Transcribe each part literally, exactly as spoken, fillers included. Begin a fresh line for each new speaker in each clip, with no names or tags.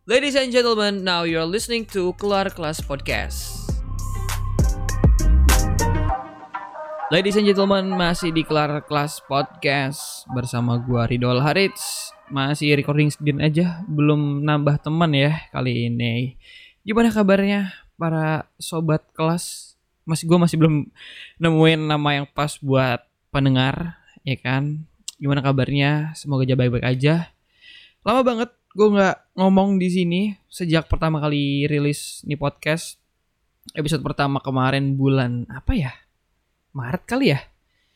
Ladies and gentlemen, now you're listening to Keluar Kelas Podcast. Ladies and gentlemen, masih di Keluar Kelas Podcast bersama gua Ridol Harits. Masih recording sendiri aja, belum nambah teman ya kali ini. Gimana kabarnya para sobat kelas? Masih gua masih belum nemuin nama yang pas buat pendengar, ya kan? Gimana kabarnya? Semoga aja baik-baik aja. Lama banget gue nggak ngomong di sini sejak pertama kali rilis nih podcast. Episode pertama kemarin bulan apa ya? Maret kali ya.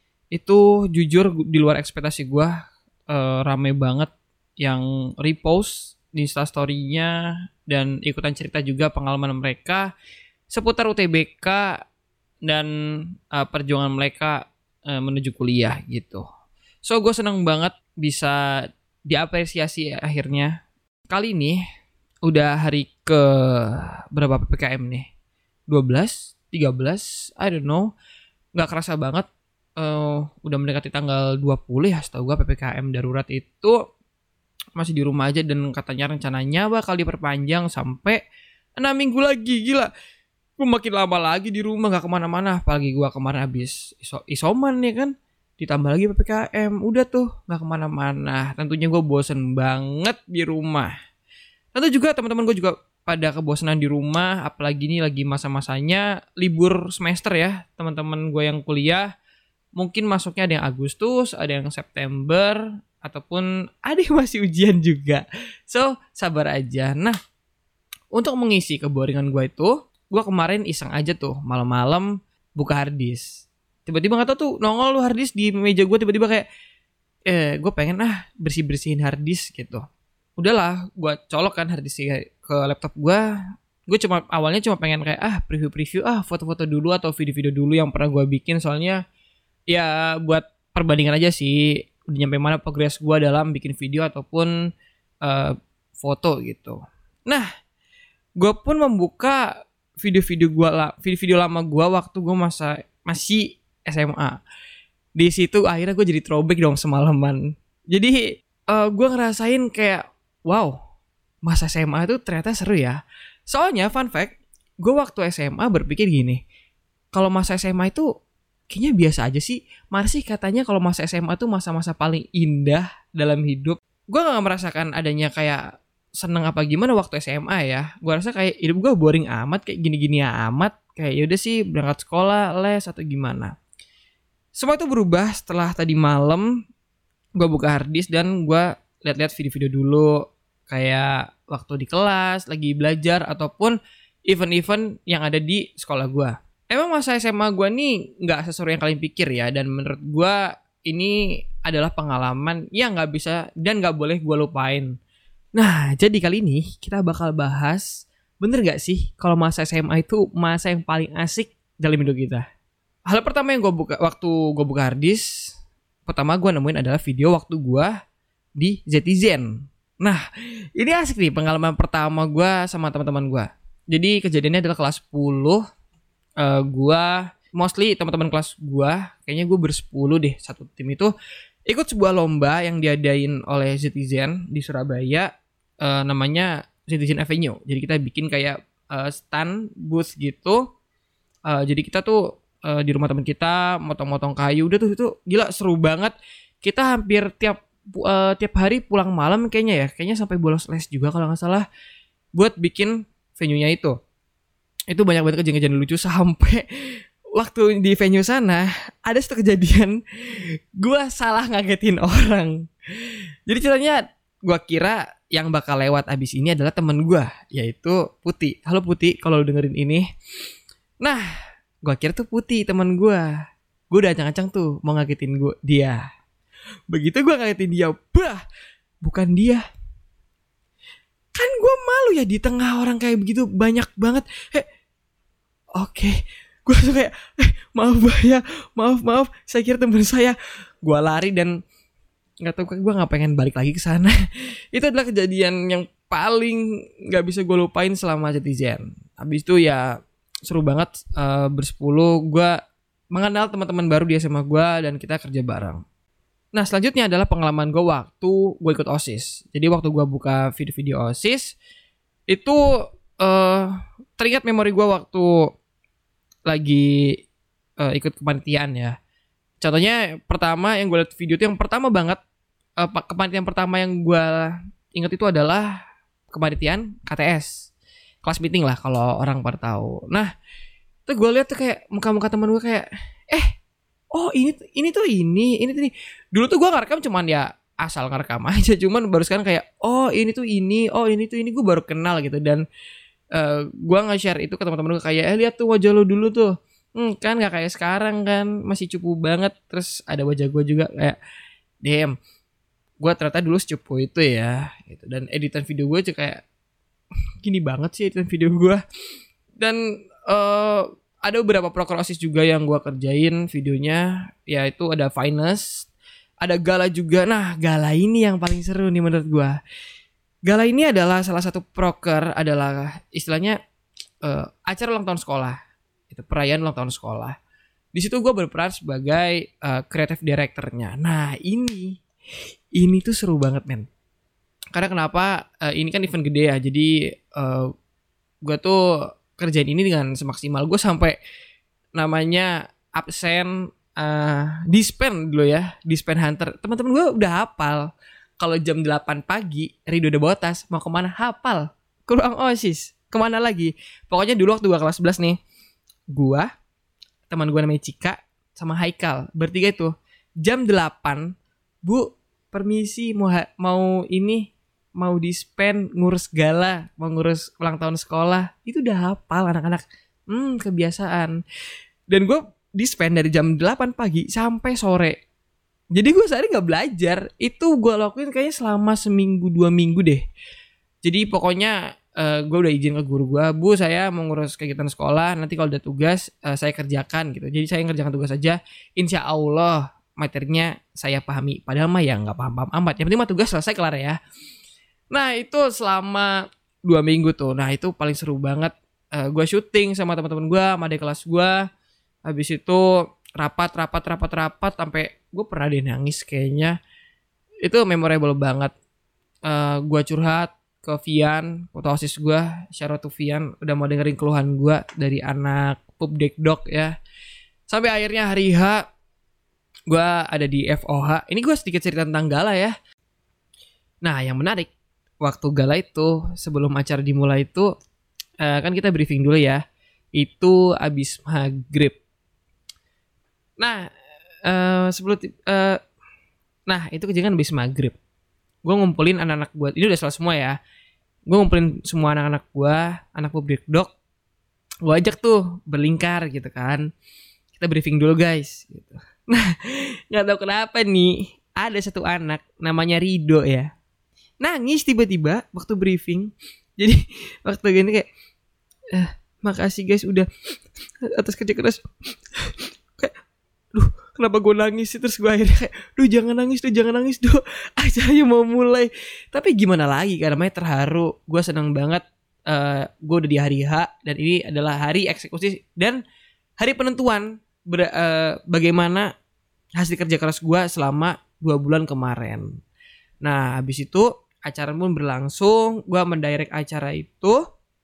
Itu jujur di luar ekspektasi gue, uh, rame banget yang repost di Instastory-nya dan ikutan cerita juga pengalaman mereka seputar U T B K dan uh, perjuangan mereka uh, menuju kuliah gitu. So gue seneng banget bisa diapresiasi akhirnya. Kali ini udah hari ke berapa P P K M nih? dua belas, tiga belas, I don't know. Gak kerasa banget. Uh, udah mendekati tanggal dua puluh ya setahu gue P P K M darurat itu masih di rumah aja. Dan katanya rencananya bakal diperpanjang sampai enam minggu lagi. Gila, gue makin lama lagi di rumah gak kemana-mana. Apalagi gue kemarin habis iso- isoman ya kan. Ditambah lagi P P K M, udah tuh gak kemana-mana. Tentunya gue bosen banget di rumah. Tentu juga teman-teman gue juga pada kebosanan di rumah. Apalagi ini lagi masa-masanya libur semester ya. Teman-teman gue yang kuliah mungkin masuknya ada yang Agustus, ada yang September, ataupun ada yang masih ujian juga. So sabar aja. Nah, untuk mengisi keboringan gue itu, gue kemarin iseng aja tuh malam-malam buka harddisk. Tiba-tiba gak tau tuh nongol lu harddisk di meja gue. Tiba-tiba kayak Eh gue pengen ah bersih-bersihin harddisk gitu. Udahlah gue colok kan harddisk ke laptop gue. Gue cuma awalnya cuma pengen kayak ah preview-preview ah foto-foto dulu atau video-video dulu yang pernah gue bikin. Soalnya ya buat perbandingan aja sih udah nyampe mana progres gue dalam bikin video ataupun uh, foto gitu. Nah, gue pun membuka video-video gue lah, video-video lama gue waktu gue masa masih S M A. Di situ akhirnya gue jadi throwback dong semalaman. Jadi uh, gue ngerasain kayak wow, masa S M A itu ternyata seru ya. Soalnya fun fact, gue waktu S M A berpikir gini, kalau masa S M A itu kayaknya biasa aja sih. Masih katanya kalau masa S M A itu masa-masa paling indah dalam hidup. Gue gak merasakan adanya kayak seneng apa gimana waktu S M A ya. Gue rasa kayak hidup gue boring amat, kayak gini-gini amat. Kayak yaudah sih berangkat sekolah, les atau gimana. Semua itu berubah setelah tadi malam gue buka harddisk dan gue lihat-lihat video-video dulu. Kayak waktu di kelas, lagi belajar, ataupun event-event yang ada di sekolah gue. Emang masa S M A gue nih gak seseru yang kalian pikir ya. Dan menurut gue ini adalah pengalaman yang gak bisa dan gak boleh gue lupain. Nah, jadi kali ini kita bakal bahas, bener gak sih kalau masa S M A itu masa yang paling asik dalam hidup kita? Hal pertama yang gue buka waktu gue buka harddisk, pertama gue nemuin adalah video waktu gue di Zetizen. Nah, ini asik nih pengalaman pertama gue sama teman-teman gue. Jadi kejadiannya adalah kelas sepuluh. Uh, gue mostly teman-teman kelas gue, kayaknya gue bersepuluh deh satu tim itu ikut sebuah lomba yang diadain oleh Zetizen di Surabaya, uh, namanya Zetizen Avenue. Jadi kita bikin kayak uh, stand booth gitu. Uh, jadi kita tuh uh, di rumah teman kita motong-motong kayu. Udah tuh itu gila seru banget. Kita hampir tiap uh, tiap hari pulang malam kayaknya ya, kayaknya sampai bolos les juga kalau nggak salah buat bikin venue-nya itu. Itu banyak banget kejadian-kejadian lucu sampai waktu di venue sana ada satu kejadian gue salah ngagetin orang. Jadi ceritanya gue kira yang bakal lewat abis ini adalah temen gue, yaitu Putih. Halo Putih, kalau lu dengerin ini. Nah, gue kira tuh Putih temen gue. Gue udah ancang-ancang tuh mau ngagetin gue dia. Begitu gue ngagetin dia, bah, bukan dia. Kan gue malu ya di tengah orang kayak begitu banyak banget. Heh, oke, okay. Gue langsung kayak eh, maaf ya, maaf maaf, saya kira teman saya. Gue lari dan nggak tahu gue nggak pengen balik lagi ke sana. Itu adalah kejadian yang paling nggak bisa gue lupain selama Zetizen. Habis itu ya seru banget, uh, bersepuluh gue mengenal teman-teman baru di S M A gue dan kita kerja bareng. Nah, selanjutnya adalah pengalaman gue waktu gue ikut OSIS. Jadi waktu gue buka video-video OSIS, Itu uh, teringat memori gue waktu lagi uh, ikut kepanitiaan ya. Contohnya pertama yang gue liat video itu yang pertama banget, uh, kepanitiaan pertama yang gue ingat itu adalah kepanitiaan K T S, kelas meeting lah kalau orang pada tahu. Nah itu gue lihat tuh kayak muka-muka teman gue kayak eh oh ini ini tuh ini ini tuh ini. Dulu tuh gue ngerekam cuman ya asal ngerekam aja, cuman baru sekarang kayak oh ini tuh ini oh ini tuh ini gue baru kenal gitu. Dan uh, gue nge-share itu ke teman-teman gue kayak eh lihat tuh wajah lo dulu tuh, hmm, kan gak kayak sekarang kan, masih cupu banget. Terus ada wajah gue juga kayak damn, gue ternyata dulu secupu itu ya gitu. Dan editan video gue juga kayak gini banget sih editan video gue. Dan uh, ada beberapa prokrosis juga yang gue kerjain videonya, yaitu ada Finest, ada gala juga. Nah gala ini yang paling seru nih menurut gue. Gala ini adalah salah satu proker, adalah istilahnya uh, acara ulang tahun sekolah, itu perayaan ulang tahun sekolah. Di situ gue berperan sebagai uh, creative directornya. Nah ini ini tuh seru banget men. Karena kenapa? Uh, ini kan event gede ya, jadi uh, gue tuh kerjain ini dengan semaksimal. Gue sampai namanya absen uh, dispen dulu ya, dispen hunter. Teman-teman gue udah hafal. Kalau jam delapan pagi Rido udah bawa tas, mau kemana hafal. Ke ruang OSIS. Kemana lagi? Pokoknya dulu waktu gue kelas sebelas nih, gue, teman gue namanya Cika, sama Haikal, bertiga itu jam delapan, Bu, permisi mau ha- mau ini mau dispen ngurus gala, mau ngurus ulang tahun sekolah. Itu udah hafal anak-anak. Hmm, kebiasaan. Dan gue dispen dari jam delapan pagi sampai sore. Jadi gue sehari gak belajar. Itu gue lakuin kayaknya selama seminggu dua minggu deh. Jadi pokoknya uh, gue udah izin ke guru gue, Bu saya mau ngurus kegiatan sekolah, nanti kalau ada tugas uh, saya kerjakan gitu. Jadi saya ngerjakan tugas aja, insya Allah materinya saya pahami. Padahal mah ya gak paham-paham amat, yang penting mah tugas selesai kelar ya. Nah itu selama dua minggu tuh. Nah itu paling seru banget. uh, Gue syuting sama teman-teman gue, sama adik kelas gue. Habis itu rapat, rapat, rapat, rapat sampai gue pernah deh nangis kayaknya. Itu memorable banget. uh, Gue curhat ke Vian, ketua OSIS gue, shout out to Vian, udah mau dengerin keluhan gue dari anak Pup Dek Dok ya. Sampai akhirnya hari H, gue ada di F O H. Ini gue sedikit cerita tentang gala ya. Nah yang menarik, waktu gala itu, sebelum acara dimulai itu, uh, kan kita briefing dulu ya. Itu abis maghrib. Nah, uh, sebelum uh, nah itu kejadian abis maghrib. Gue ngumpulin anak-anak gue, ini udah selesai semua ya. Gue ngumpulin semua anak-anak gue, anak publik dok. Gue ajak tuh berlingkar gitu kan. Kita briefing dulu guys. Gitu. Nah, nggak tahu kenapa nih, ada satu anak namanya Rido ya. Nangis tiba-tiba waktu briefing. Jadi waktu gini kayak, eh, makasih guys udah atas kerja keras. Kayak, duh kenapa gue nangis sih. Terus gue akhirnya kayak, duh jangan nangis duh jangan nangis duh, acaranya mau mulai. Tapi gimana lagi kan, namanya terharu. Gue seneng banget. Uh, gue udah di hari H dan ini adalah hari eksekusi dan hari penentuan ber, uh, bagaimana hasil kerja keras gue selama dua bulan kemarin. Nah habis itu acara pun berlangsung, gue mendirect acara itu.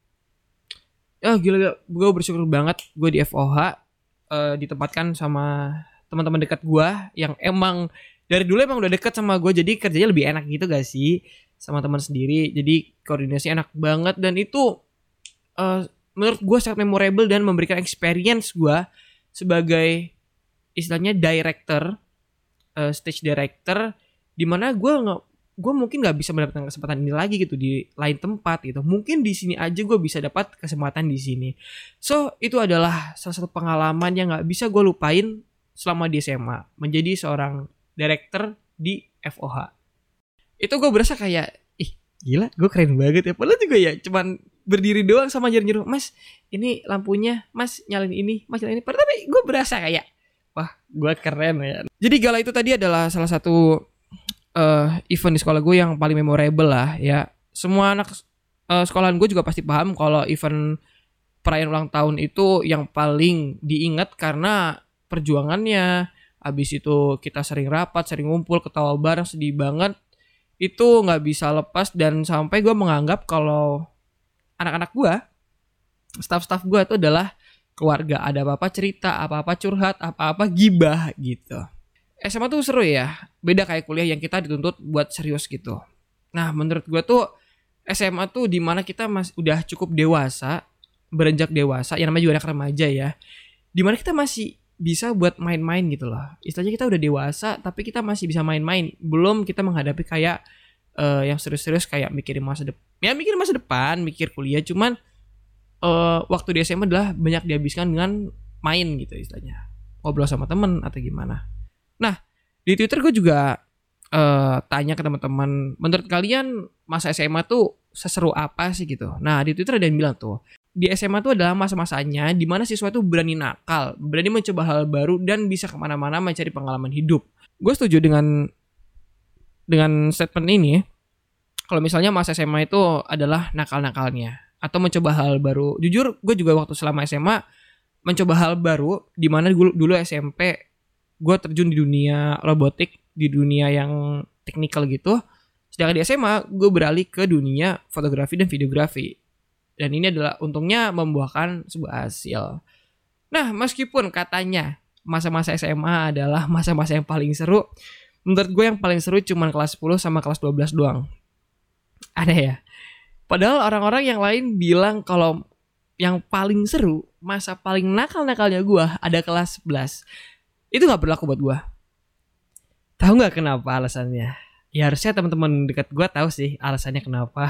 Ya gila, gue bersyukur banget gue di F O H uh, ditempatkan sama teman-teman dekat gue yang emang dari dulu emang udah dekat sama gue, jadi kerjanya lebih enak gitu gak sih sama teman sendiri. Jadi koordinasi enak banget dan itu uh, menurut gue sangat memorable dan memberikan experience gue sebagai istilahnya director, uh, stage director, dimana gue nggak gue mungkin nggak bisa mendapatkan kesempatan ini lagi gitu di lain tempat gitu. Mungkin di sini aja gue bisa dapat kesempatan di sini. So itu adalah salah satu pengalaman yang nggak bisa gue lupain selama di S M A, menjadi seorang director di F O H. Itu gue berasa kayak, ih gila gue keren banget ya. Padahal juga ya cuman berdiri doang sama nyuruh-nyuruh, mas ini lampunya, mas nyalain ini, mas nyalain ini. Padahal tapi gue berasa kayak, wah gue keren ya. Jadi gala itu tadi adalah salah satu Uh, event di sekolah gue yang paling memorable lah ya. Semua anak uh, sekolahan gue juga pasti paham kalau event perayaan ulang tahun itu yang paling diingat karena perjuangannya. Abis itu kita sering rapat, sering ngumpul, ketawa bareng, sedih banget. Itu gak bisa lepas dan sampai gue menganggap kalau anak-anak gue, staff-staff gue itu adalah keluarga. Ada apa-apa cerita, apa-apa curhat, apa-apa gibah gitu. S M A tuh seru ya, beda kayak kuliah yang kita dituntut buat serius gitu. Nah menurut gue tuh S M A tuh dimana kita masih udah cukup dewasa, beranjak dewasa, yang namanya juga anak remaja ya, dimana kita masih bisa buat main-main gitu loh. Istilahnya kita udah dewasa tapi kita masih bisa main-main. Belum kita menghadapi kayak uh, yang serius-serius kayak mikirin masa depan. Ya mikirin masa depan, mikir kuliah. Cuman uh, waktu di S M A adalah banyak dihabiskan dengan main gitu istilahnya. Ngobrol sama temen atau gimana. Nah di Twitter gue juga uh, tanya ke teman-teman, menurut kalian masa S M A tuh seseru apa sih gitu. Nah di Twitter ada yang bilang tuh, di S M A itu adalah masa-masanya di mana siswa itu berani nakal, berani mencoba hal baru dan bisa kemana-mana mencari pengalaman hidup. Gue setuju dengan dengan statement ini. Kalau misalnya masa S M A itu adalah nakal-nakalnya atau mencoba hal baru. Jujur, gue juga waktu selama S M A mencoba hal baru. Di mana dulu, dulu S M P gue terjun di dunia robotik, di dunia yang teknikal gitu. Sedangkan di S M A gue beralih ke dunia fotografi dan videografi. Dan ini adalah untungnya membuahkan sebuah hasil. Nah, meskipun katanya masa-masa S M A adalah masa-masa yang paling seru, menurut gue yang paling seru cuma kelas sepuluh sama kelas dua belas doang. Ada ya? Padahal orang-orang yang lain bilang kalau yang paling seru, masa paling nakal-nakalnya gue ada kelas sebelas. Itu gak berlaku buat gue. Tahu gak kenapa alasannya? Ya harusnya teman-teman dekat gue tahu sih alasannya kenapa.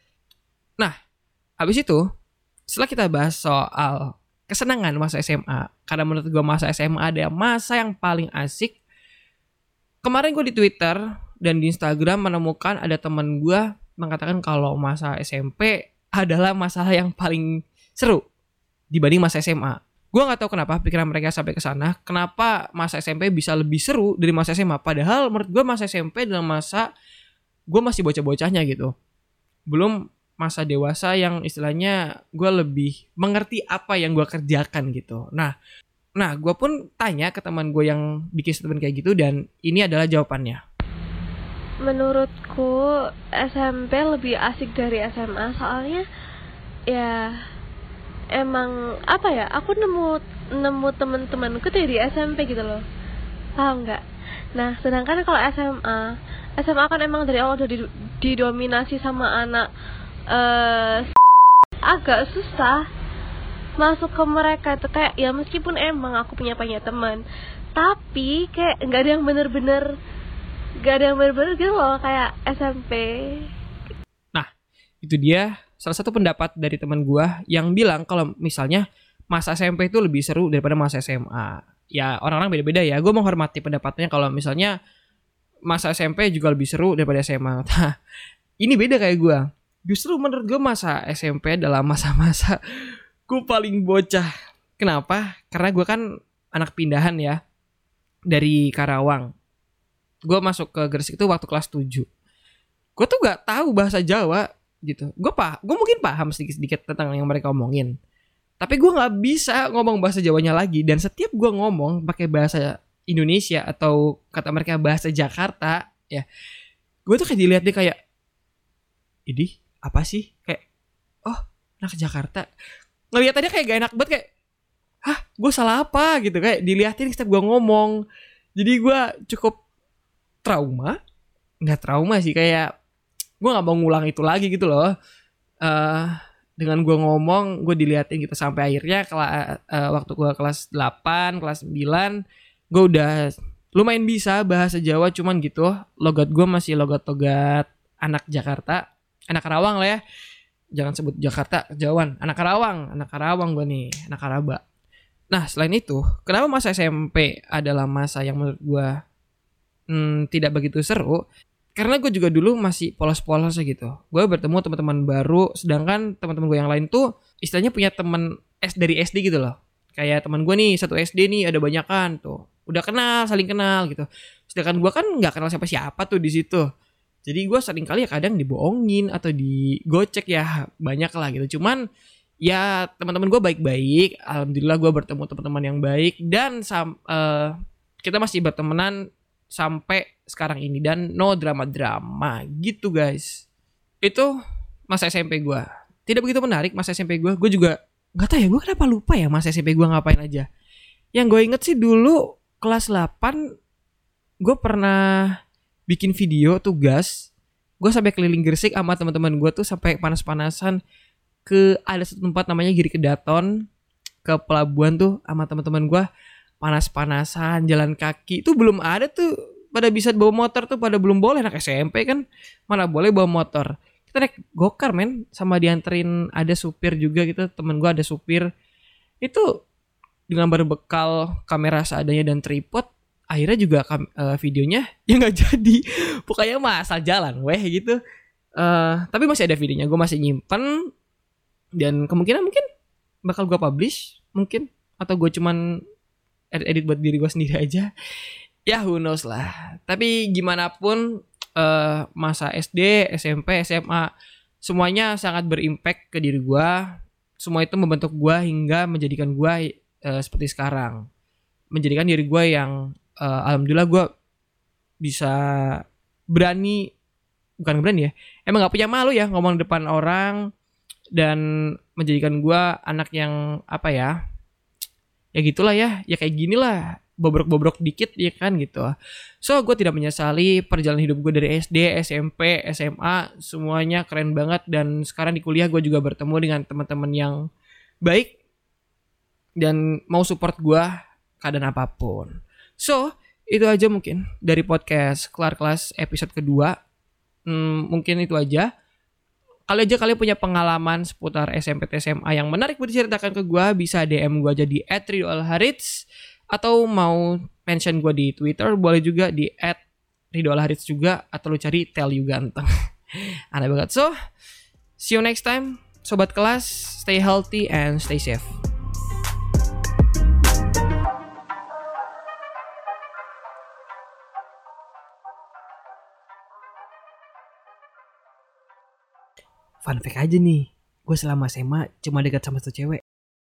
Nah, habis itu, setelah kita bahas soal kesenangan masa S M A, karena menurut gue masa S M A ada masa yang paling asik. Kemarin gue di Twitter dan di Instagram menemukan ada teman gue mengatakan kalau masa S M P adalah masalah yang paling seru dibanding masa S M A. Gue gak tahu kenapa pikiran mereka sampai ke sana. Kenapa masa S M P bisa lebih seru dari masa S M A. Padahal menurut gue masa S M P adalah masa gue masih bocah-bocahnya gitu. Belum masa dewasa yang istilahnya gue lebih mengerti apa yang gue kerjakan gitu. Nah, nah gue pun tanya ke teman gue yang bikin statement kayak gitu dan ini adalah jawabannya.
Menurutku S M P lebih asik dari S M A soalnya ya emang apa ya? Aku nemu nemu teman-temanku dari S M P gitu loh. Paham nggak? Nah, sedangkan kalau S M A, S M A kan emang dari awal udah didominasi sama anak. Uh, agak susah masuk ke mereka itu kayak ya meskipun emang aku punya banyak teman tapi kayak nggak ada yang bener-bener nggak ada yang bener-bener gitu loh kayak S M P.
Nah itu dia salah satu pendapat dari teman gue yang bilang kalau misalnya masa S M P itu lebih seru daripada masa S M A. Ya orang-orang beda-beda ya, gue menghormati pendapatnya kalau misalnya masa S M P juga lebih seru daripada S M A. Nah ini beda kayak gue. Justru menurut gue masa S M P adalah masa-masa gue paling bocah. Kenapa? Karena gue kan anak pindahan ya dari Karawang. Gue masuk ke Gresik itu waktu kelas tujuh. Gue tuh gak tahu bahasa Jawa gitu. Gue pah, gue mungkin paham sedikit-sedikit tentang yang mereka omongin. Tapi gue gak bisa ngomong bahasa Jawanya lagi. Dan setiap gue ngomong pakai bahasa Indonesia atau kata mereka bahasa Jakarta ya, gue tuh kayak dilihat dia kayak idih apa sih kayak oh anak Jakarta ngelihat aja kayak gak enak banget kayak hah gue salah apa gitu kayak dilihatin setiap gue ngomong. Jadi gue cukup trauma nggak trauma sih kayak gue nggak mau ngulang itu lagi gitu loh. Uh, dengan gue ngomong gue dilihatin gitu sampai akhirnya kela- uh, waktu gue kelas delapan kelas sembilan gue udah lumayan bisa bahasa Jawa cuman gitu logat gue masih logat-logat anak Jakarta. Anak Karawang lah ya. Jangan sebut Jakarta, kejauhan. Anak Karawang, anak Karawang gue nih, anak Karaba. Nah, selain itu, kenapa masa S M P adalah masa yang menurut gue hmm, tidak begitu seru? Karena gue juga dulu masih polos-polos gitu. Gue bertemu teman-teman baru, sedangkan teman-teman gue yang lain tuh istilahnya punya teman S dari S D gitu loh. Kayak teman gue nih, satu S D nih ada banyakan tuh. Udah kenal, saling kenal gitu. Sedangkan gue kan nggak kenal siapa-siapa tuh di situ. Jadi gue sering kali ya kadang dibohongin atau digocek ya banyak lah gitu. Cuman ya teman-teman gue baik-baik. Alhamdulillah gue bertemu teman-teman yang baik dan sam- uh, kita masih bertemanan sampai sekarang ini dan no drama-drama gitu guys. Itu masa S M P gue. tidak begitu menarik masa S M P gue. Gue juga nggak tahu ya, gue kenapa lupa ya masa S M P gue ngapain aja. Yang gue inget sih dulu kelas delapan gue pernah bikin video tugas. Gue sampai keliling Gresik sama teman-teman gue tuh sampai panas-panasan ke ada satu tempat namanya Giri Kedaton, ke pelabuhan tuh sama teman-teman gue, panas-panasan jalan kaki. Itu belum ada tuh pada bisa bawa motor tuh, pada belum boleh. Anak S M P kan mana boleh bawa motor. Kita naik gokar men, sama dianterin ada supir juga gitu. Temen gue ada supir. Itu dengan berbekal kamera seadanya dan tripod, akhirnya juga kam- uh, videonya ya nggak jadi. Pokoknya mah asal jalan weh gitu. Uh, tapi masih ada videonya, gue masih nyimpen. Dan kemungkinan mungkin bakal gue publish mungkin, atau gue cuman edit buat diri gue sendiri aja. Ya who knows lah. Tapi gimana pun uh, masa S D, S M P, S M A semuanya sangat berimpact ke diri gue. Semua itu membentuk gue hingga menjadikan gue uh, seperti sekarang. Menjadikan diri gue yang uh, alhamdulillah gue bisa berani, bukan berani ya, emang gak punya malu ya ngomong depan orang. Dan menjadikan gue anak yang apa ya, ya gitulah ya, ya kayak gini lah, bobrok-bobrok dikit ya kan gitu. So gue tidak menyesali perjalanan hidup gue dari S D, S M P, S M A, semuanya keren banget. Dan sekarang di kuliah gue juga bertemu dengan teman-teman yang baik dan mau support gue keadaan apapun. So itu aja mungkin dari podcast Kelar Kelas episode kedua. hmm, Mungkin itu aja. Kalau aja kalian punya pengalaman seputar S M P S M A yang menarik buat diceritakan ke gue, bisa D M gue aja di et ridhoalharits, atau mau mention gue di Twitter boleh juga di et ridhoalharits juga, atau lu cari Tell You Ganteng. Aneh banget. So see you next time sobat kelas, stay healthy and stay safe. Fun fact aja nih, gue selama S M A cuma dekat sama satu cewek.